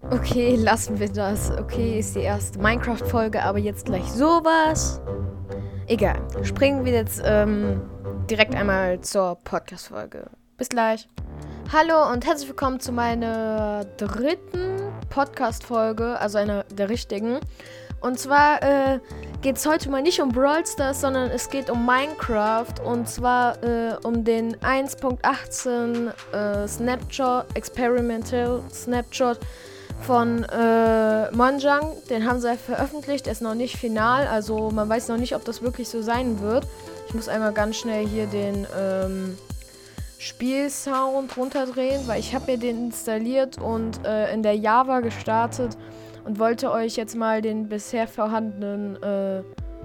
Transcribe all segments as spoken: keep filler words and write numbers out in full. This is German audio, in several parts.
Okay, lassen wir das. Okay, ist die erste Minecraft-Folge, aber jetzt gleich sowas. Egal. Springen wir jetzt ähm, direkt einmal zur Podcast-Folge. Bis gleich. Hallo und herzlich willkommen zu meiner dritten Podcast-Folge, also einer der richtigen. Und zwar äh, geht es heute mal nicht um Brawl Stars, sondern es geht um Minecraft. Und zwar äh, um den eins Punkt achtzehn äh, Snapshot, Experimental Snapshot von äh, Mojang. Den haben sie veröffentlicht, der ist noch nicht final, also man weiß noch nicht, ob das wirklich so sein wird. Ich muss einmal ganz schnell hier den ähm, Spielsound runterdrehen, weil ich habe mir den installiert und äh, in der Java gestartet und wollte euch jetzt mal den bisher vorhandenen äh,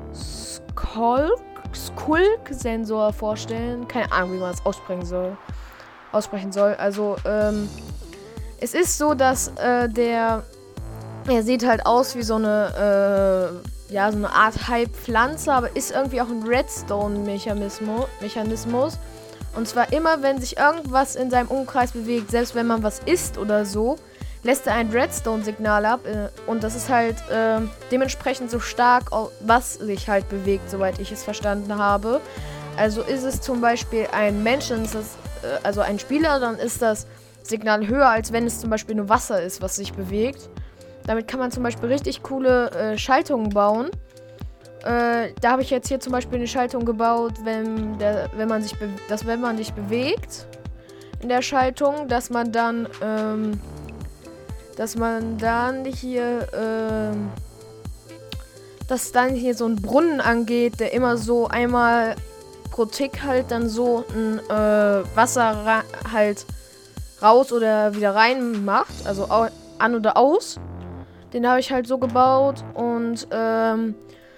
Skulk, Skulk-Sensor vorstellen. Keine Ahnung, wie man das aussprechen soll. Aussprechen soll. Also, ähm, es ist so, dass äh, der, er sieht halt aus wie so eine, äh, ja, so eine Art Halbpflanze, aber ist irgendwie auch ein Redstone-Mechanismus. Mechanismus. Und zwar immer, wenn sich irgendwas in seinem Umkreis bewegt, selbst wenn man was isst oder so, lässt er ein Redstone-Signal ab. Äh, und das ist halt äh, dementsprechend so stark, was sich halt bewegt, soweit ich es verstanden habe. Also ist es zum Beispiel ein Mensch, dann ist das, äh, also ein Spieler, dann ist das Signal höher, als wenn es zum Beispiel nur Wasser ist, was sich bewegt. Damit kann man zum Beispiel richtig coole äh, Schaltungen bauen. Äh, da habe ich jetzt hier zum Beispiel eine Schaltung gebaut, wenn, der, wenn man sich be- dass wenn man sich bewegt in der Schaltung, dass man dann, ähm, dass man dann hier, ähm, dass dann hier so ein Brunnen angeht, der immer so einmal pro Tick halt dann so ein äh, Wasser ra- halt raus oder wieder rein macht, also au- an oder aus. Den habe ich halt so gebaut und ähm,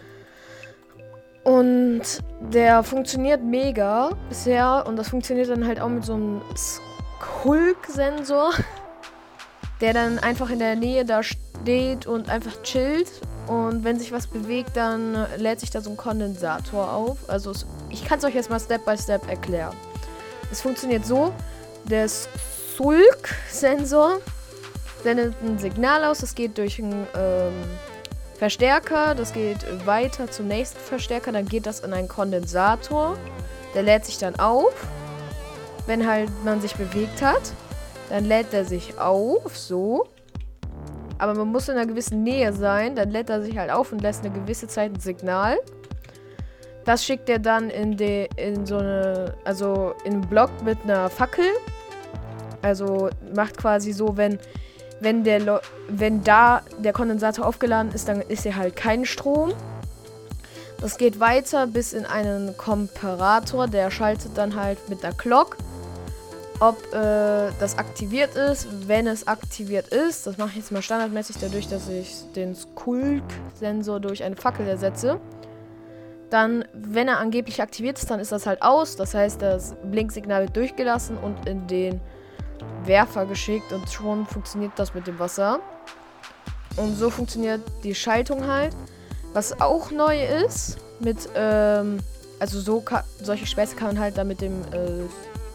und der funktioniert mega bisher und das funktioniert dann halt auch mit so einem Skulk-Sensor, der dann einfach in der Nähe da steht und einfach chillt und wenn sich was bewegt, dann lädt sich da so ein Kondensator auf. Also es, ich kann es euch jetzt mal Step by Step erklären. Es funktioniert so, der Skulk-Sensor sendet ein Signal aus, das geht durch einen ähm, Verstärker, das geht weiter zum nächsten Verstärker, dann geht das in einen Kondensator, der lädt sich dann auf, wenn halt man sich bewegt hat, dann lädt er sich auf, so, aber man muss in einer gewissen Nähe sein, dann lädt er sich halt auf und lässt eine gewisse Zeit ein Signal. Das schickt er dann in, de, in so eine, also in einen Block mit einer Fackel. Also macht quasi so, wenn, wenn, der, wenn da der Kondensator aufgeladen ist, dann ist er halt kein Strom. Das geht weiter bis in einen Komparator, der schaltet dann halt mit der Clock, ob äh, das aktiviert ist. Wenn es aktiviert ist, das mache ich jetzt mal standardmäßig dadurch, dass ich den Skulk-Sensor durch eine Fackel ersetze. Dann, wenn er angeblich aktiviert ist, dann ist das halt aus. Das heißt, das Blinksignal wird durchgelassen und in den Werfer geschickt und schon funktioniert das mit dem Wasser. Und so funktioniert die Schaltung halt. Was auch neu ist, mit, ähm, also so ka- solche Späße kann man halt da mit dem äh,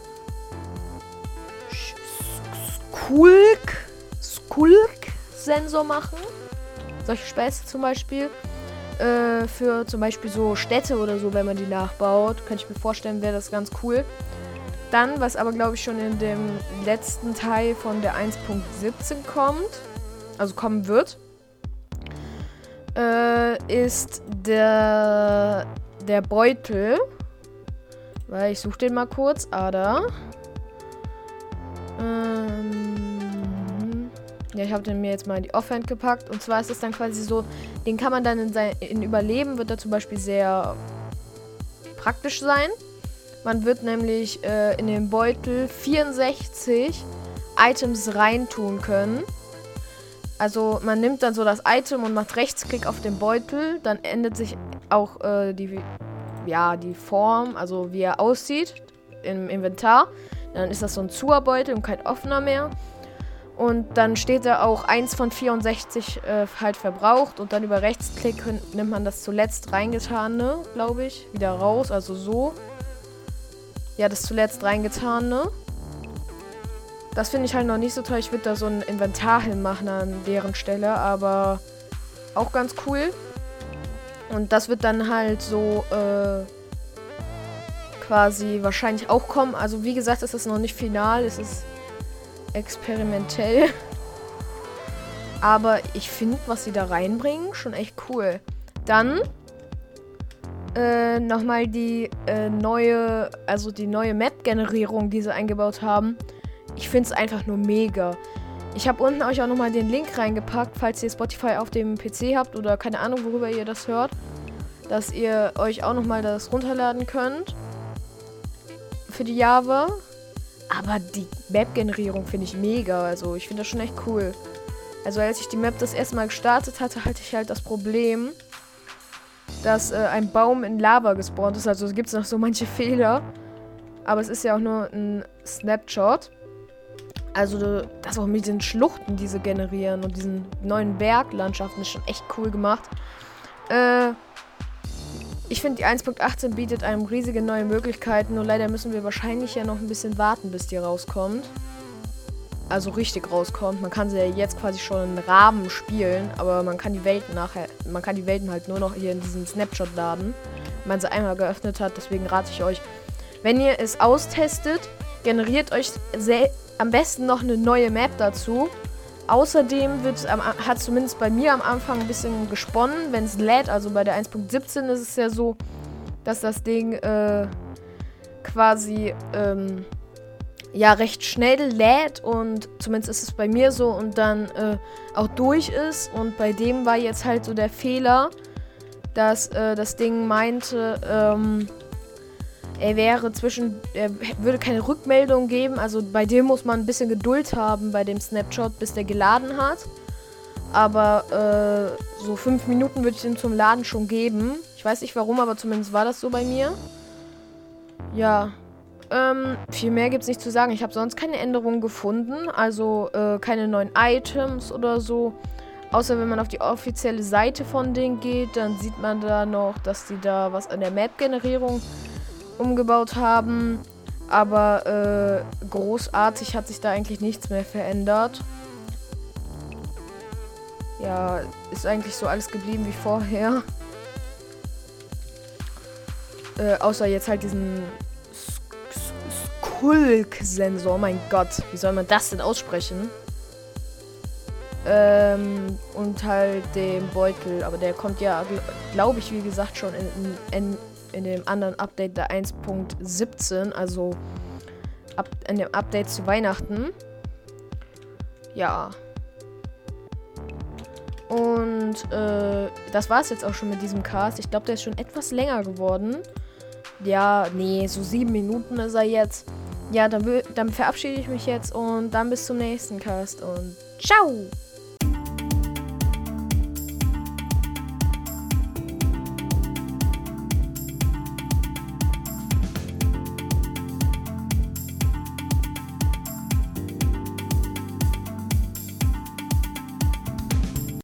Skulk, Skulk-Sensor machen. Solche Späße zum Beispiel. Für zum Beispiel so Städte oder so, wenn man die nachbaut. Könnte ich mir vorstellen, wäre das ganz cool. Dann, was aber glaube ich schon in dem letzten Teil von der eins Punkt siebzehn kommt, also kommen wird, äh, ist der, der Beutel. Weil ich suche den mal kurz. Ada. Ähm... Ja, ich habe den mir jetzt mal in die Offhand gepackt. Und zwar ist es dann quasi so, den kann man dann in, sein, in Überleben, wird er zum Beispiel sehr praktisch sein. Man wird nämlich äh, in den Beutel vierundsechzig Items reintun können. Also man nimmt dann so das Item und macht Rechtsklick auf den Beutel. Dann ändert sich auch äh, die, ja, die Form, also wie er aussieht im Inventar. Dann ist das so ein Zuer-Beutel und kein offener mehr. Und dann steht da auch eins von vierundsechzig äh, halt verbraucht. Und dann über Rechtsklick nimmt man das zuletzt reingetane, glaube ich, wieder raus. Also so. Ja, das zuletzt reingetane. Das finde ich halt noch nicht so toll. Ich würde da so ein Inventar hinmachen an deren Stelle, aber auch ganz cool. Und das wird dann halt so äh, quasi wahrscheinlich auch kommen. Also wie gesagt, es ist noch nicht final, es ist experimentell. Aber ich finde, was sie da reinbringen, schon echt cool. Dann äh, nochmal die äh, neue, also die neue Map-Generierung, die sie eingebaut haben. Ich finde es einfach nur mega. Ich habe unten euch auch nochmal den Link reingepackt, falls ihr Spotify auf dem P C habt oder keine Ahnung, worüber ihr das hört, dass ihr euch auch nochmal das runterladen könnt für die Java. Aber die Map-Generierung finde ich mega. Also ich finde das schon echt cool. Also als ich die Map das erste Mal gestartet hatte, hatte ich halt das Problem, dass äh, ein Baum in Lava gespawnt ist. Also gibt es noch so manche Fehler. Aber es ist ja auch nur ein Snapshot. Also das auch mit den Schluchten, die sie generieren und diesen neuen Berglandschaften ist schon echt cool gemacht. Äh, ich finde, die eins Punkt achtzehn bietet einem riesige neue Möglichkeiten. Nur leider müssen wir wahrscheinlich ja noch ein bisschen warten, bis die rauskommt. Also richtig rauskommt. Man kann sie ja jetzt quasi schon in Rahmen spielen, aber man kann die Welten nachher, man kann die Welten halt nur noch hier in diesem Snapshot laden, wenn man sie einmal geöffnet hat. Deswegen rate ich euch, wenn ihr es austestet, generiert euch sel- am besten noch eine neue Map dazu. Außerdem wird, ähm, hat zumindest bei mir am Anfang ein bisschen gesponnen, wenn es lädt. Also bei der eins Punkt siebzehn ist es ja so, dass das Ding äh, quasi ähm, ja recht schnell lädt und zumindest ist es bei mir so und dann äh, auch durch ist. Und bei dem war jetzt halt so der Fehler, dass äh, das Ding meinte, ähm, er wäre zwischen, er würde keine Rückmeldung geben, also bei dem muss man ein bisschen Geduld haben bei dem Snapshot, bis der geladen hat. Aber äh, so fünf Minuten würde ich ihm zum Laden schon geben. Ich weiß nicht warum, aber zumindest war das so bei mir. Ja, ähm, viel mehr gibt es nicht zu sagen. Ich habe sonst keine Änderungen gefunden, also äh, keine neuen Items oder so. Außer wenn man auf die offizielle Seite von denen geht, dann sieht man da noch, dass die da was an der Map-Generierung umgebaut haben, aber äh, großartig hat sich da eigentlich nichts mehr verändert. Ja, ist eigentlich so alles geblieben wie vorher. Äh, außer jetzt halt diesen Skulk-Sensor. Mein Gott, wie soll man das denn aussprechen? Ähm, und halt dem Beutel, aber der kommt ja, gl- glaube ich, wie gesagt, schon in, in, in in dem anderen Update der eins Punkt siebzehn, also ab, in dem Update zu Weihnachten. Ja. Und äh, das war es jetzt auch schon mit diesem Cast. Ich glaube, der ist schon etwas länger geworden. Ja, nee, so sieben Minuten ist er jetzt. Ja, dann, dann verabschiede ich mich jetzt und dann bis zum nächsten Cast und ciao!